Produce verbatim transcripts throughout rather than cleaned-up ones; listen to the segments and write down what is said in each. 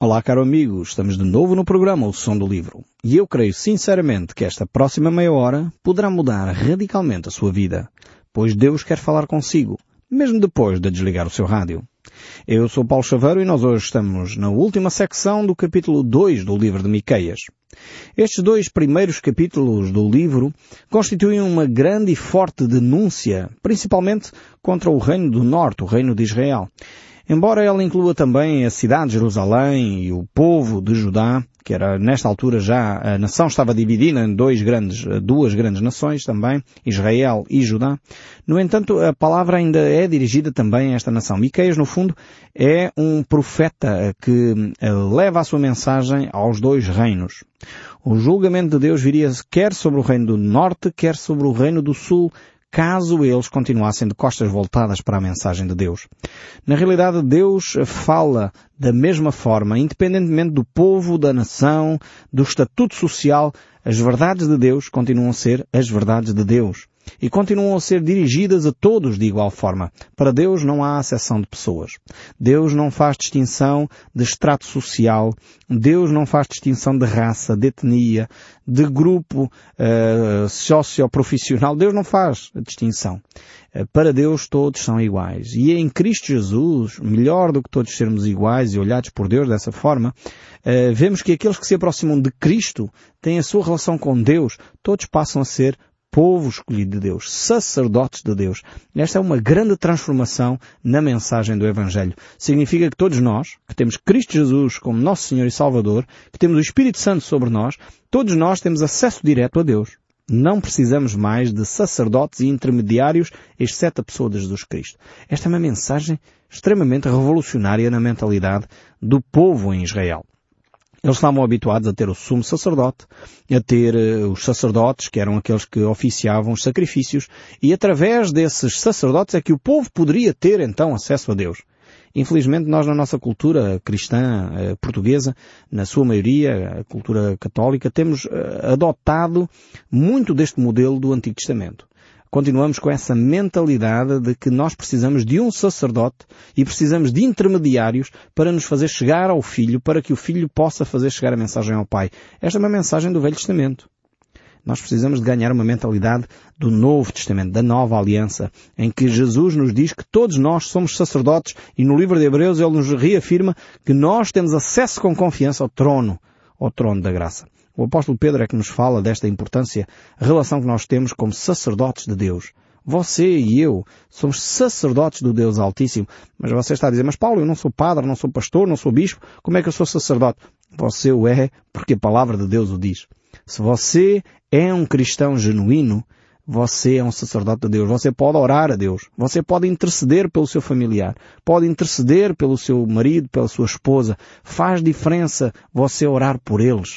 Olá, caro amigo, estamos de novo no programa O Som do Livro. E eu creio sinceramente que esta próxima meia hora poderá mudar radicalmente a sua vida, pois Deus quer falar consigo, mesmo depois de desligar o seu rádio. Eu sou Paulo Chaveiro e nós hoje estamos na última secção do capítulo dois do livro de Miqueias. Estes dois primeiros capítulos do livro constituem uma grande e forte denúncia, principalmente contra o Reino do Norte, o Reino de Israel. Embora ela inclua também a cidade de Jerusalém e o povo de Judá, que era nesta altura já a nação estava dividida em dois grandes, duas grandes nações também, Israel e Judá. No entanto, a palavra ainda é dirigida também a esta nação. Miqueias, no fundo, é um profeta que leva a sua mensagem aos dois reinos. O julgamento de Deus viria quer sobre o reino do norte, quer sobre o reino do sul, caso eles continuassem de costas voltadas para a mensagem de Deus. Na realidade, Deus fala da mesma forma, independentemente do povo, da nação, do estatuto social, as verdades de Deus continuam a ser as verdades de Deus. E continuam a ser dirigidas a todos de igual forma. Para Deus não há acepção de pessoas. Deus não faz distinção de extrato social. Deus não faz distinção de raça, de etnia, de grupo uh, socioprofissional. Deus não faz distinção. Uh, para Deus todos são iguais. E em Cristo Jesus, melhor do que todos sermos iguais e olhados por Deus dessa forma, uh, vemos que aqueles que se aproximam de Cristo têm a sua relação com Deus, todos passam a ser povo escolhido de Deus, sacerdotes de Deus. Esta é uma grande transformação na mensagem do Evangelho. Significa que todos nós, que temos Cristo Jesus como nosso Senhor e Salvador, que temos o Espírito Santo sobre nós, todos nós temos acesso direto a Deus. Não precisamos mais de sacerdotes e intermediários, exceto a pessoa de Jesus Cristo. Esta é uma mensagem extremamente revolucionária na mentalidade do povo em Israel. Eles estavam habituados a ter o sumo sacerdote, a ter uh, os sacerdotes, que eram aqueles que oficiavam os sacrifícios, e através desses sacerdotes é que o povo poderia ter, então, acesso a Deus. Infelizmente, nós na nossa cultura cristã uh, portuguesa, na sua maioria, a cultura católica, temos uh, adotado muito deste modelo do Antigo Testamento. Continuamos com essa mentalidade de que nós precisamos de um sacerdote e precisamos de intermediários para nos fazer chegar ao Filho, para que o Filho possa fazer chegar a mensagem ao Pai. Esta é uma mensagem do Velho Testamento. Nós precisamos de ganhar uma mentalidade do Novo Testamento, da Nova Aliança, em que Jesus nos diz que todos nós somos sacerdotes e no livro de Hebreus ele nos reafirma que nós temos acesso com confiança ao trono, ao trono da graça. O apóstolo Pedro é que nos fala desta importância, a relação que nós temos como sacerdotes de Deus. Você e eu somos sacerdotes do Deus Altíssimo. Mas você está a dizer, mas Paulo, eu não sou padre, não sou pastor, não sou bispo, como é que eu sou sacerdote? Você o é porque a palavra de Deus o diz. Se você é um cristão genuíno, você é um sacerdote de Deus. Você pode orar a Deus. Você pode interceder pelo seu familiar. Pode interceder pelo seu marido, pela sua esposa. Faz diferença você orar por eles.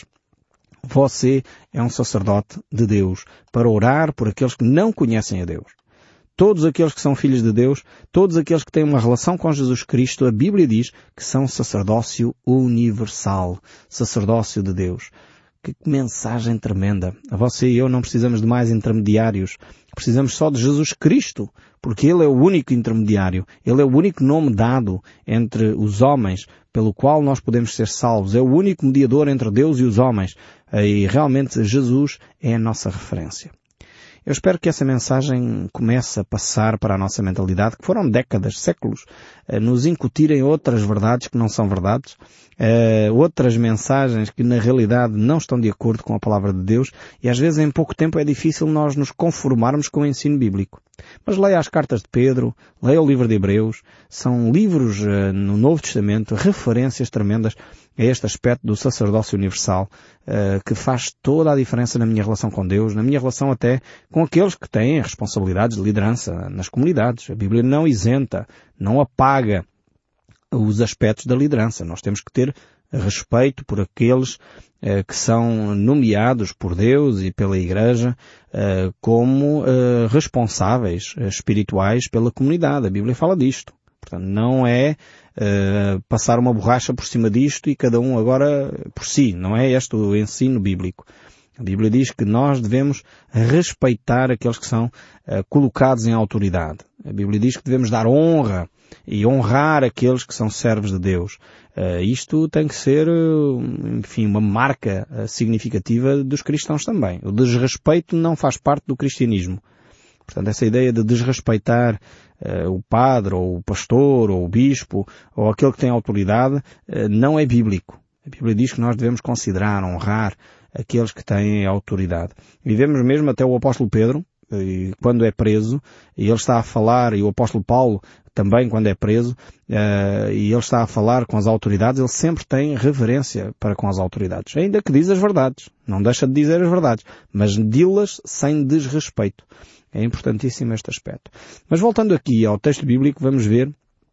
Você é um sacerdote de Deus para orar por aqueles que não conhecem a Deus. Todos aqueles que são filhos de Deus, todos aqueles que têm uma relação com Jesus Cristo, a Bíblia diz que são sacerdócio universal, sacerdócio de Deus. Que mensagem tremenda. Você e eu não precisamos de mais intermediários. Precisamos só de Jesus Cristo, porque Ele é o único intermediário. Ele é o único nome dado entre os homens pelo qual nós podemos ser salvos. É o único mediador entre Deus e os homens. E realmente Jesus é a nossa referência. Eu espero que essa mensagem comece a passar para a nossa mentalidade, que foram décadas, séculos, a nos incutirem outras verdades que não são verdades, uh, outras mensagens que na realidade não estão de acordo com a palavra de Deus, e às vezes em pouco tempo é difícil nós nos conformarmos com o ensino bíblico. Mas leia as cartas de Pedro, leia o livro de Hebreus, são livros uh, no Novo Testamento, referências tremendas a este aspecto do sacerdócio universal, uh, que faz toda a diferença na minha relação com Deus, na minha relação até com aqueles que têm responsabilidades de liderança nas comunidades. A Bíblia não isenta, não apaga os aspectos da liderança. Nós temos que ter respeito por aqueles eh, que são nomeados por Deus e pela Igreja eh, como eh, responsáveis eh, espirituais pela comunidade. A Bíblia fala disto. Portanto, não é eh, passar uma borracha por cima disto e cada um agora por si. Não é este o ensino bíblico. A Bíblia diz que nós devemos respeitar aqueles que são uh, colocados em autoridade. A Bíblia diz que devemos dar honra e honrar aqueles que são servos de Deus. Uh, isto tem que ser, uh, enfim, uma marca uh, significativa dos cristãos também. O desrespeito não faz parte do cristianismo. Portanto, essa ideia de desrespeitar uh, o padre, ou o pastor, ou o bispo, ou aquele que tem autoridade, uh, não é bíblico. A Bíblia diz que nós devemos considerar, honrar aqueles que têm autoridade. E vemos mesmo até o apóstolo Pedro, quando é preso, e ele está a falar, e o apóstolo Paulo também quando é preso, uh, e ele está a falar com as autoridades, ele sempre tem reverência para com as autoridades. Ainda que diz as verdades. Não deixa de dizer as verdades. Mas di-las sem desrespeito. É importantíssimo este aspecto. Mas voltando aqui ao texto bíblico, vamos ver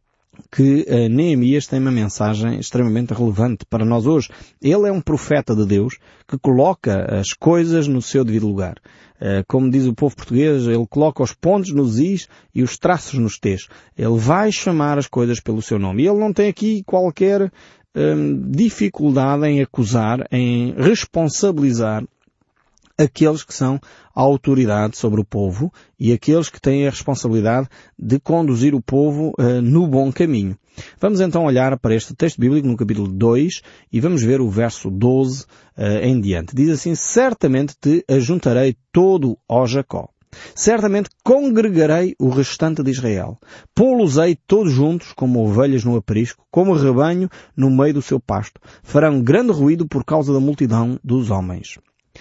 que uh, Neemias tem uma mensagem extremamente relevante para nós hoje. Ele é um profeta de Deus que coloca as coisas no seu devido lugar. Uh, como diz o povo português, ele coloca os pontos nos is e os traços nos t's. Ele vai chamar as coisas pelo seu nome. E ele não tem aqui qualquer um, dificuldade em acusar, em responsabilizar aqueles que são a autoridade sobre o povo e aqueles que têm a responsabilidade de conduzir o povo uh, no bom caminho. Vamos então olhar para este texto bíblico no capítulo dois e vamos ver o verso doze uh, em diante. Diz assim: certamente te ajuntarei todo, ó Jacó. Certamente congregarei o restante de Israel. Pô-los-ei todos juntos como ovelhas no aprisco, como rebanho no meio do seu pasto. Farão grande ruído por causa da multidão dos homens.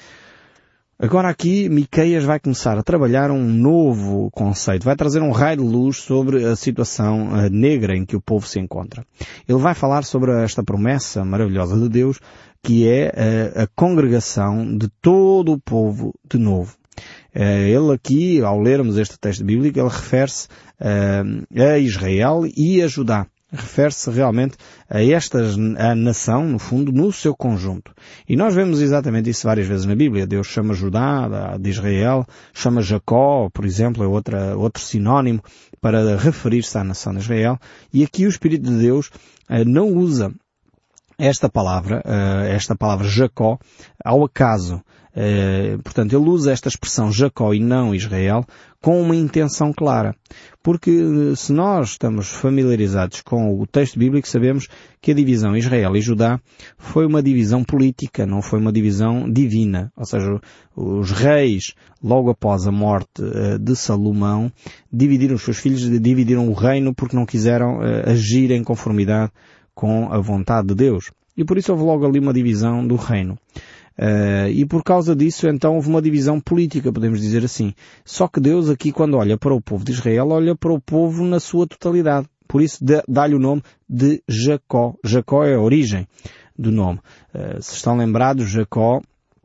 Agora aqui Miqueias vai começar a trabalhar um novo conceito, vai trazer um raio de luz sobre a situação uh, negra em que o povo se encontra. Ele vai falar sobre esta promessa maravilhosa de Deus, que é uh, a congregação de todo o povo de novo. Uh, ele aqui, ao lermos este texto bíblico, ele refere-se uh, a Israel e a Judá. Refere-se realmente a esta a nação, no fundo, no seu conjunto. E nós vemos exatamente isso várias vezes na Bíblia. Deus chama Judá de Israel, chama Jacó, por exemplo, é outra, outro sinónimo para referir-se à nação de Israel. E aqui o Espírito de Deus uh, não usa esta palavra, uh, esta palavra Jacó, ao acaso. Uh, portanto, ele usa esta expressão Jacó e não Israel com uma intenção clara. Porque se nós estamos familiarizados com o texto bíblico, sabemos que a divisão Israel e Judá foi uma divisão política, não foi uma divisão divina. Ou seja, os reis, logo após a morte uh, de Salomão, dividiram os seus filhos, dividiram o reino porque não quiseram uh, agir em conformidade com a vontade de Deus. E por isso houve logo ali uma divisão do reino. Uh, e por causa disso, então, houve uma divisão política, podemos dizer assim. Só que Deus aqui, quando olha para o povo de Israel, olha para o povo na sua totalidade. Por isso, dá-lhe o nome de Jacó. Jacó é a origem do nome. Uh, se estão lembrados, Jacó,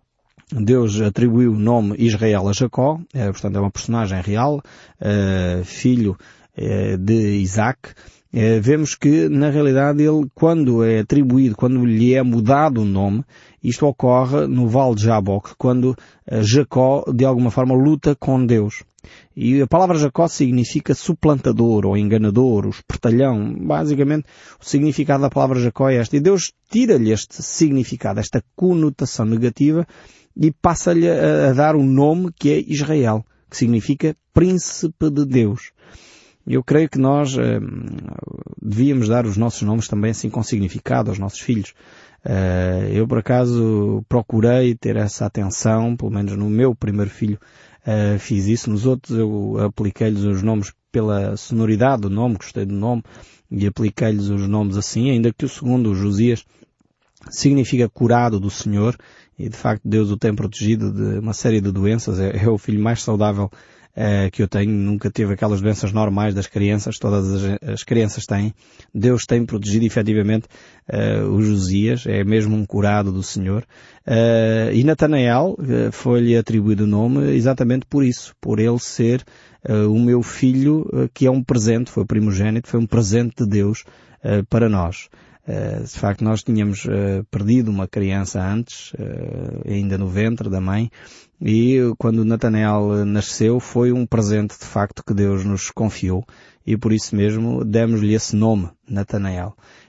Deus atribuiu o nome Israel a Jacó, uh, portanto é uma personagem real, uh, filho uh, de Isaac. Uh, vemos que, na realidade, ele, quando é atribuído, quando lhe é mudado o nome, isto ocorre no Vale de Jaboque, quando uh, Jacó, de alguma forma, luta com Deus. E a palavra Jacó significa suplantador ou enganador, o espertalhão. Basicamente, o significado da palavra Jacó é este. E Deus tira-lhe este significado, esta conotação negativa, e passa-lhe a, a dar um nome que é Israel, que significa príncipe de Deus. Eu creio que nós eh, devíamos dar os nossos nomes também assim com significado aos nossos filhos. Uh, eu, por acaso, procurei ter essa atenção, pelo menos no meu primeiro filho uh, fiz isso. Nos outros eu apliquei-lhes os nomes pela sonoridade do nome, gostei do nome, e apliquei-lhes os nomes assim, ainda que o segundo, o Josias, significa curado do Senhor, e de facto Deus o tem protegido de uma série de doenças. É, é o filho mais saudável Uh, que eu tenho, nunca teve aquelas doenças normais das crianças, todas as, as crianças têm. Deus tem protegido efetivamente uh, o Josias, é mesmo um curado do Senhor. Uh, e Natanael uh, foi-lhe atribuído o nome exatamente por isso, por ele ser uh, o meu filho, uh, que é um presente, foi o primogênito, foi um presente de Deus uh, para nós. Uh, de facto, nós tínhamos uh, perdido uma criança antes, uh, ainda no ventre da mãe, e quando Natanael nasceu foi um presente de facto que Deus nos confiou, e por isso mesmo demos-lhe esse nome, Natanael.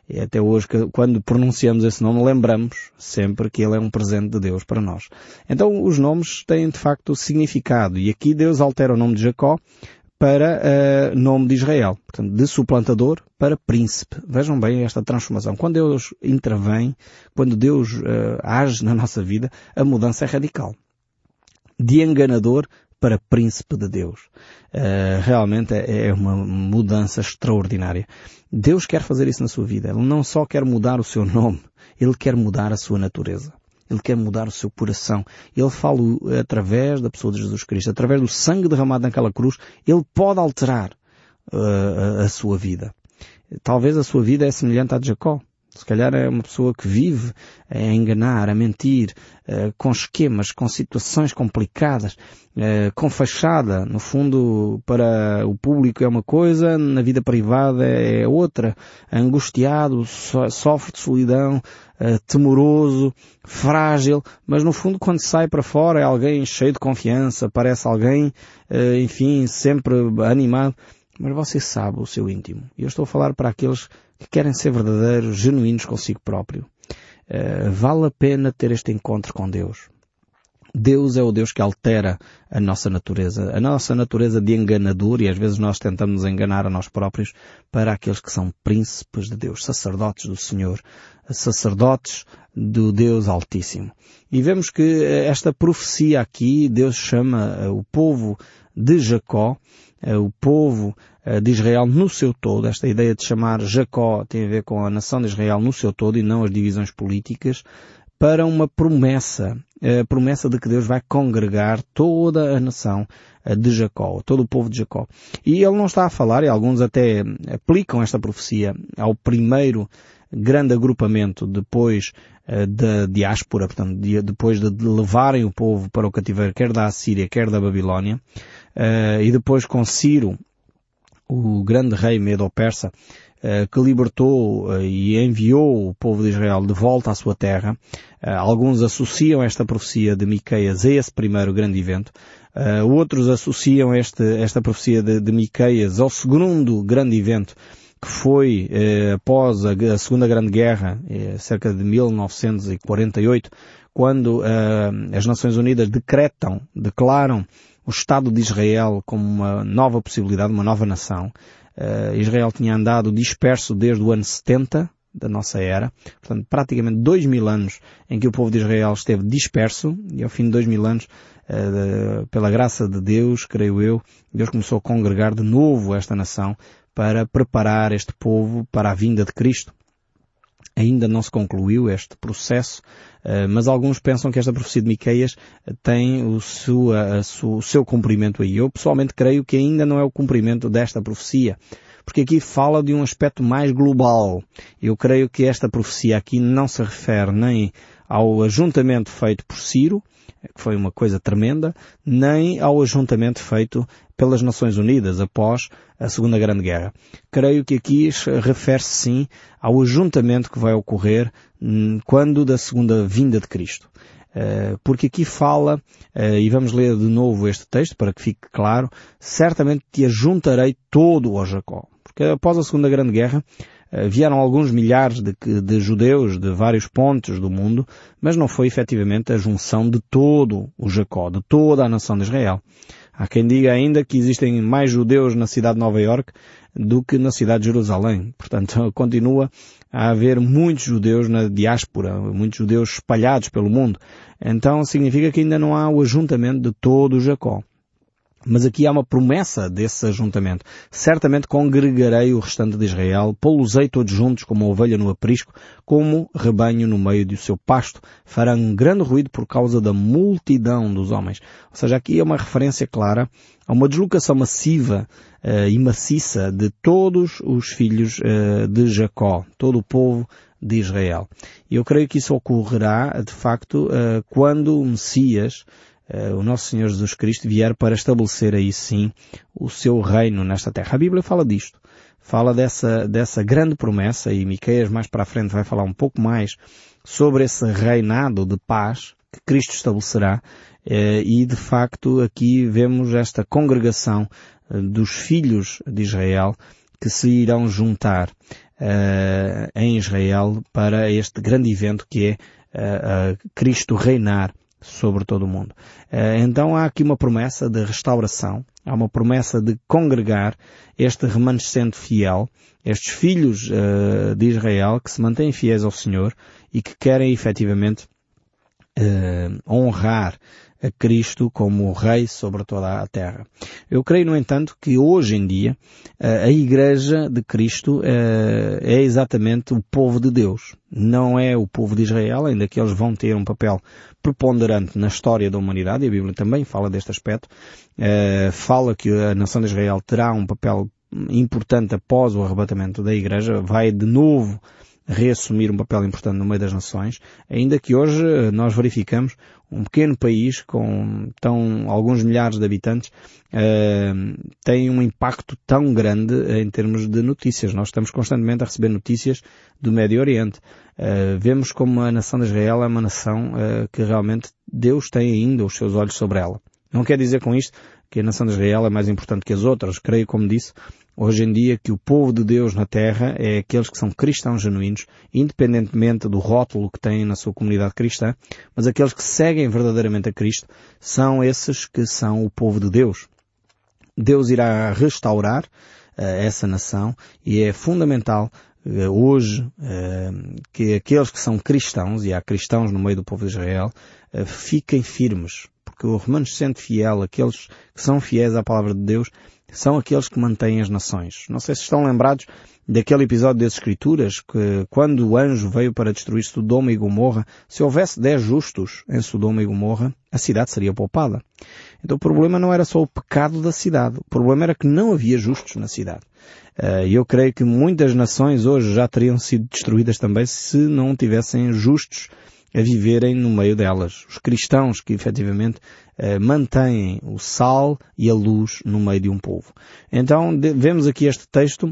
E até hoje, quando pronunciamos esse nome, lembramos sempre que ele é um presente de Deus para nós. Então, os nomes têm, de facto, significado. E aqui Deus altera o nome de Jacó para uh, nome de Israel. Portanto, de suplantador para príncipe. Vejam bem esta transformação. Quando Deus intervém, quando Deus uh, age na nossa vida, a mudança é radical. De enganador para príncipe de Deus. Uh, realmente é uma mudança extraordinária. Deus quer fazer isso na sua vida. Ele não só quer mudar o seu nome, Ele quer mudar a sua natureza. Ele quer mudar o seu coração. Ele fala através da pessoa de Jesus Cristo, através do sangue derramado naquela cruz, Ele pode alterar uh, a, a sua vida. Talvez a sua vida é semelhante à de Jacó. Se calhar é uma pessoa que vive a enganar, a mentir, uh, com esquemas, com situações complicadas, uh, com fachada. No fundo, para o público é uma coisa, na vida privada é outra. Angustiado, so- sofre de solidão, uh, temoroso, frágil, mas no fundo quando sai para fora é alguém cheio de confiança, parece alguém, uh, enfim, sempre animado. Mas você sabe o seu íntimo. E eu estou a falar para aqueles que querem ser verdadeiros, genuínos consigo próprio. Uh, vale a pena ter este encontro com Deus. Deus é o Deus que altera a nossa natureza. A nossa natureza de enganador, e às vezes nós tentamos enganar a nós próprios, para aqueles que são príncipes de Deus, sacerdotes do Senhor, sacerdotes do Deus Altíssimo. E vemos que esta profecia aqui, Deus chama o povo de Jacó, o povo de Israel no seu todo. Esta ideia de chamar Jacó tem a ver com a nação de Israel no seu todo e não as divisões políticas, para uma promessa, a promessa de que Deus vai congregar toda a nação de Jacó, todo o povo de Jacó. E ele não está a falar, e alguns até aplicam esta profecia ao primeiro grande agrupamento depois da diáspora, portanto, depois de levarem o povo para o cativeiro, quer da Assíria, quer da Babilónia, e depois com Ciro, o grande rei medo-persa, que libertou e enviou o povo de Israel de volta à sua terra. Alguns associam esta profecia de Miqueias a esse primeiro grande evento. Outros associam este, esta profecia de, de Miqueias ao segundo grande evento, que foi eh, após a, a Segunda Grande Guerra, eh, cerca de mil novecentos e quarenta e oito, quando eh, as Nações Unidas decretam, declaram o Estado de Israel como uma nova possibilidade, uma nova nação. Uh, Israel tinha andado disperso desde o ano setenta da nossa era, portanto praticamente dois mil anos em que o povo de Israel esteve disperso, e ao fim de dois mil anos, uh, pela graça de Deus, creio eu, Deus começou a congregar de novo esta nação para preparar este povo para a vinda de Cristo. Ainda não se concluiu este processo, mas alguns pensam que esta profecia de Miqueias tem o seu, a, o seu cumprimento aí. Eu pessoalmente creio que ainda não é o cumprimento desta profecia, porque aqui fala de um aspecto mais global. Eu creio que esta profecia aqui não se refere nem ao ajuntamento feito por Ciro, que foi uma coisa tremenda, nem ao ajuntamento feito pelas Nações Unidas após a Segunda Grande Guerra. Creio que aqui refere-se sim ao ajuntamento que vai ocorrer hum, quando da segunda vinda de Cristo. Uh, porque aqui fala, uh, e vamos ler de novo este texto para que fique claro, certamente te ajuntarei todo, ó Jacó. Porque após a Segunda Grande Guerra, Uh, vieram alguns milhares de, de judeus de vários pontos do mundo, mas não foi efetivamente a junção de todo o Jacó, de toda a nação de Israel. Há quem diga ainda que existem mais judeus na cidade de Nova Iorque do que na cidade de Jerusalém. Portanto, continua a haver muitos judeus na diáspora, muitos judeus espalhados pelo mundo. Então significa que ainda não há o ajuntamento de todo o Jacó. Mas aqui há uma promessa desse ajuntamento. Certamente congregarei o restante de Israel, pô-los-ei todos juntos como ovelha no aprisco, como rebanho no meio do seu pasto. Farão um grande ruído por causa da multidão dos homens. Ou seja, aqui é uma referência clara a uma deslocação massiva uh, e maciça de todos os filhos uh, de Jacó, todo o povo de Israel. E eu creio que isso ocorrerá, de facto, uh, quando o Messias, Uh, o nosso Senhor Jesus Cristo, vier para estabelecer aí sim o seu reino nesta terra. A Bíblia fala disto. Fala dessa, dessa grande promessa, e Miqueias mais para a frente vai falar um pouco mais sobre esse reinado de paz que Cristo estabelecerá. Uh, e de facto aqui vemos esta congregação uh, dos filhos de Israel que se irão juntar. uh, em Israel para este grande evento que é uh, uh, Cristo reinar sobre todo o mundo. Uh, então há aqui uma promessa de restauração, há uma promessa de congregar este remanescente fiel, estes filhos uh, de Israel que se mantêm fiéis ao Senhor e que querem efetivamente uh, honrar a Cristo como Rei sobre toda a terra. Eu creio, no entanto, que hoje em dia a Igreja de Cristo é exatamente o povo de Deus. Não é o povo de Israel, ainda que eles vão ter um papel preponderante na história da humanidade, e a Bíblia também fala deste aspecto. Fala que a nação de Israel terá um papel importante após o arrebatamento da Igreja, vai de novo reassumir um papel importante no meio das nações, ainda que hoje nós verificamos um pequeno país com tão, alguns milhares de habitantes uh, tem um impacto tão grande em termos de notícias. Nós estamos constantemente a receber notícias do Médio Oriente. Uh, vemos como a nação de Israel é uma nação uh, que realmente Deus tem ainda os seus olhos sobre ela. Não quer dizer com isto que a nação de Israel é mais importante que as outras. Creio, como disse, hoje em dia que o povo de Deus na terra é aqueles que são cristãos genuínos, independentemente do rótulo que têm na sua comunidade cristã, mas aqueles que seguem verdadeiramente a Cristo são esses que são o povo de Deus. Deus irá restaurar uh, essa nação e é fundamental uh, hoje uh, que aqueles que são cristãos, e há cristãos no meio do povo de Israel, uh, fiquem firmes, porque o remanescente fiel, aqueles que são fiéis à palavra de Deus, são aqueles que mantêm as nações. Não sei se estão lembrados daquele episódio das Escrituras, que quando o anjo veio para destruir Sodoma e Gomorra, se houvesse dez justos em Sodoma e Gomorra, a cidade seria poupada. Então o problema não era só o pecado da cidade, o problema era que não havia justos na cidade. E eu creio que muitas nações hoje já teriam sido destruídas também se não tivessem justos a viverem no meio delas. Os cristãos que efetivamente eh, mantêm o sal e a luz no meio de um povo. Então de, vemos aqui este texto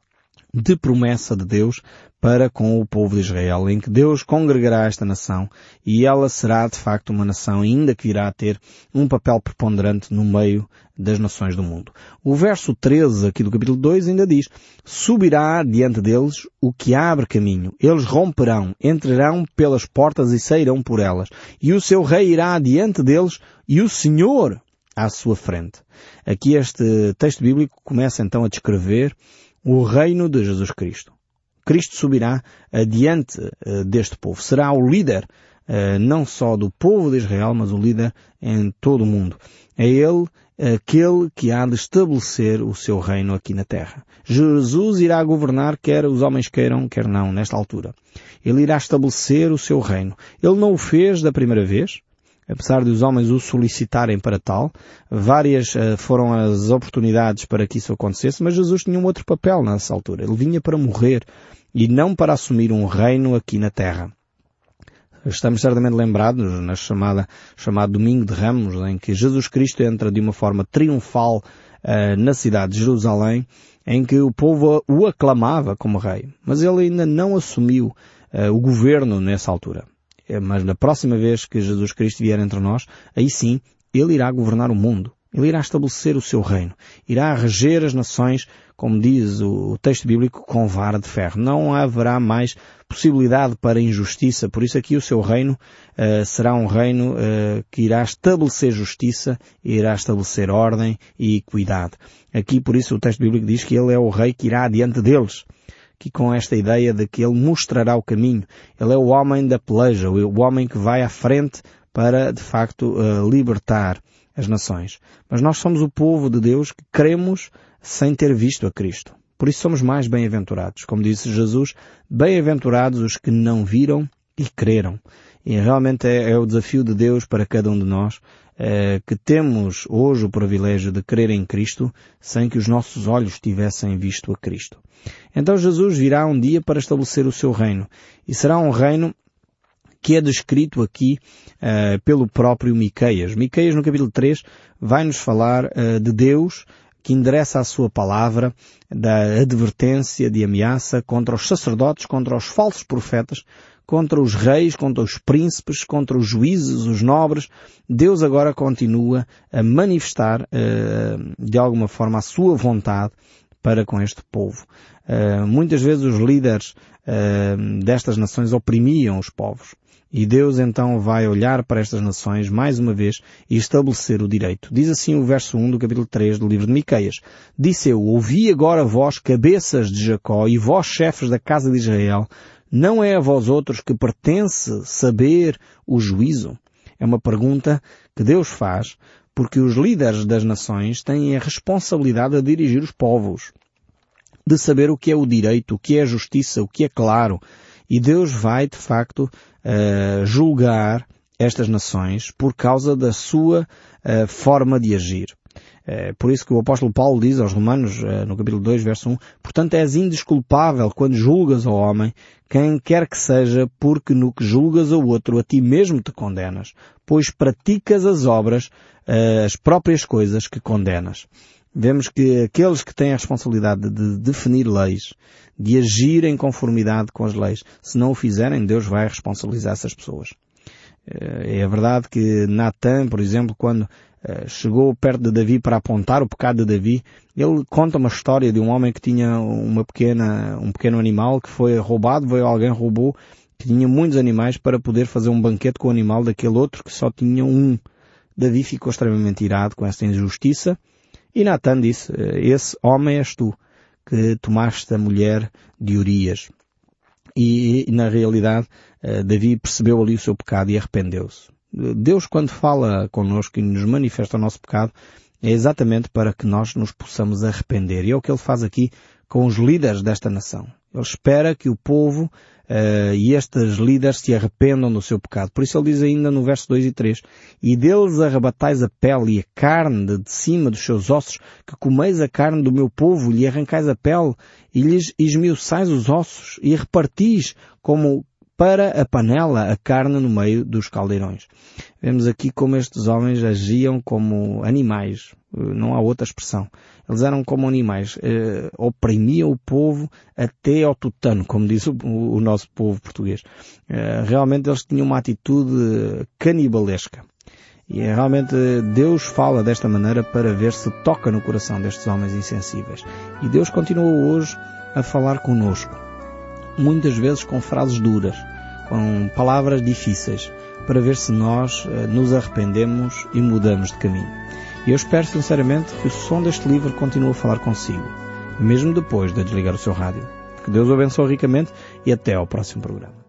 de promessa de Deus para com o povo de Israel, em que Deus congregará esta nação e ela será de facto uma nação ainda que irá ter um papel preponderante no meio das nações do mundo. O verso treze aqui do capítulo dois ainda diz: subirá diante deles o que abre caminho, eles romperão, entrarão pelas portas e sairão por elas, e o seu rei irá diante deles e o Senhor à sua frente. Aqui este texto bíblico começa então a descrever o reino de Jesus Cristo. Cristo subirá adiante uh, deste povo. Será o líder uh, não só do povo de Israel, mas o líder em todo o mundo. É ele aquele que há de estabelecer o seu reino aqui na terra. Jesus irá governar quer os homens queiram, quer não, nesta altura. Ele irá estabelecer o seu reino. Ele não o fez da primeira vez, apesar de os homens o solicitarem para tal. Várias uh, foram as oportunidades para que isso acontecesse, mas Jesus tinha um outro papel nessa altura. Ele vinha para morrer e não para assumir um reino aqui na terra. Estamos certamente lembrados na chamada, chamado Domingo de Ramos, em que Jesus Cristo entra de uma forma triunfal uh, na cidade de Jerusalém, em que o povo o aclamava como rei. Mas ele ainda não assumiu uh, o governo nessa altura. Mas na próxima vez que Jesus Cristo vier entre nós, aí sim, ele irá governar o mundo. Ele irá estabelecer o seu reino. Irá reger as nações, como diz o texto bíblico, com vara de ferro. Não haverá mais possibilidade para injustiça. Por isso aqui o seu reino uh, será um reino uh, que irá estabelecer justiça, irá estabelecer ordem e equidade. Aqui, por isso, o texto bíblico diz que ele é o rei que irá diante deles. Aqui com esta ideia de que ele mostrará o caminho. Ele é o homem da peleja, o homem que vai à frente para, de facto, uh, libertar as nações. Mas nós somos o povo de Deus que cremos sem ter visto a Cristo. Por isso somos mais bem-aventurados. Como disse Jesus, bem-aventurados os que não viram e creram. E realmente é, é o desafio de Deus para cada um de nós, é, que temos hoje o privilégio de crer em Cristo sem que os nossos olhos tivessem visto a Cristo. Então Jesus virá um dia para estabelecer o seu reino. E será um reino que é descrito aqui uh, pelo próprio Miqueias. Miqueias, no capítulo três, vai-nos falar uh, de Deus que endereça a sua palavra, da advertência, de ameaça contra os sacerdotes, contra os falsos profetas, contra os reis, contra os príncipes, contra os juízes, os nobres. Deus agora continua a manifestar uh, de alguma forma a sua vontade para com este povo. Uh, muitas vezes os líderes uh, destas nações oprimiam os povos. E Deus então vai olhar para estas nações mais uma vez e estabelecer o direito. Diz assim o verso um do capítulo três do livro de Miqueias. Disse eu, ouvi agora vós, cabeças de Jacó, e vós, chefes da casa de Israel, não é a vós outros que pertence saber o juízo? É uma pergunta que Deus faz porque os líderes das nações têm a responsabilidade de dirigir os povos, de saber o que é o direito, o que é a justiça, o que é claro. E Deus vai, de facto, uh, julgar estas nações por causa da sua uh, forma de agir. Uh, por isso que o apóstolo Paulo diz aos Romanos, uh, no capítulo dois, verso um, portanto és indesculpável quando julgas ao homem, quem quer que seja, porque no que julgas ao outro, a ti mesmo te condenas, pois praticas as obras, uh, as próprias coisas que condenas. Vemos que aqueles que têm a responsabilidade de definir leis, de agir em conformidade com as leis, se não o fizerem, Deus vai responsabilizar essas pessoas. É verdade que Natã, por exemplo, quando chegou perto de Davi para apontar o pecado de Davi, ele conta uma história de um homem que tinha uma pequena, um pequeno animal que foi roubado, veio alguém, roubou, que tinha muitos animais para poder fazer um banquete com o animal daquele outro que só tinha um. Davi ficou extremamente irado com essa injustiça e Natã disse, esse homem és tu, que tomaste a mulher de Urias. E, na realidade, Davi percebeu ali o seu pecado e arrependeu-se. Deus, quando fala connosco e nos manifesta o nosso pecado, é exatamente para que nós nos possamos arrepender. E é o que ele faz aqui com os líderes desta nação. Ele espera que o povo uh, e estes líderes se arrependam do seu pecado. Por isso ele diz ainda no verso dois e três, e deles arrebatais a pele e a carne de, de cima dos seus ossos, que comeis a carne do meu povo, lhe arrancais a pele, e lhes esmiuçais os ossos, e repartis como para a panela a carne no meio dos caldeirões. Vemos aqui como estes homens agiam como animais, não há outra expressão. Eles eram como animais, eh, oprimiam o povo até ao tutano, como diz o, o nosso povo português. Eh, realmente eles tinham uma atitude canibalesca. E realmente Deus fala desta maneira para ver se toca no coração destes homens insensíveis. E Deus continua hoje a falar conosco, muitas vezes com frases duras, com palavras difíceis, para ver se nós eh, nos arrependemos e mudamos de caminho. E eu espero sinceramente que o som deste livro continue a falar consigo, mesmo depois de desligar o seu rádio. Que Deus o abençoe ricamente e até ao próximo programa.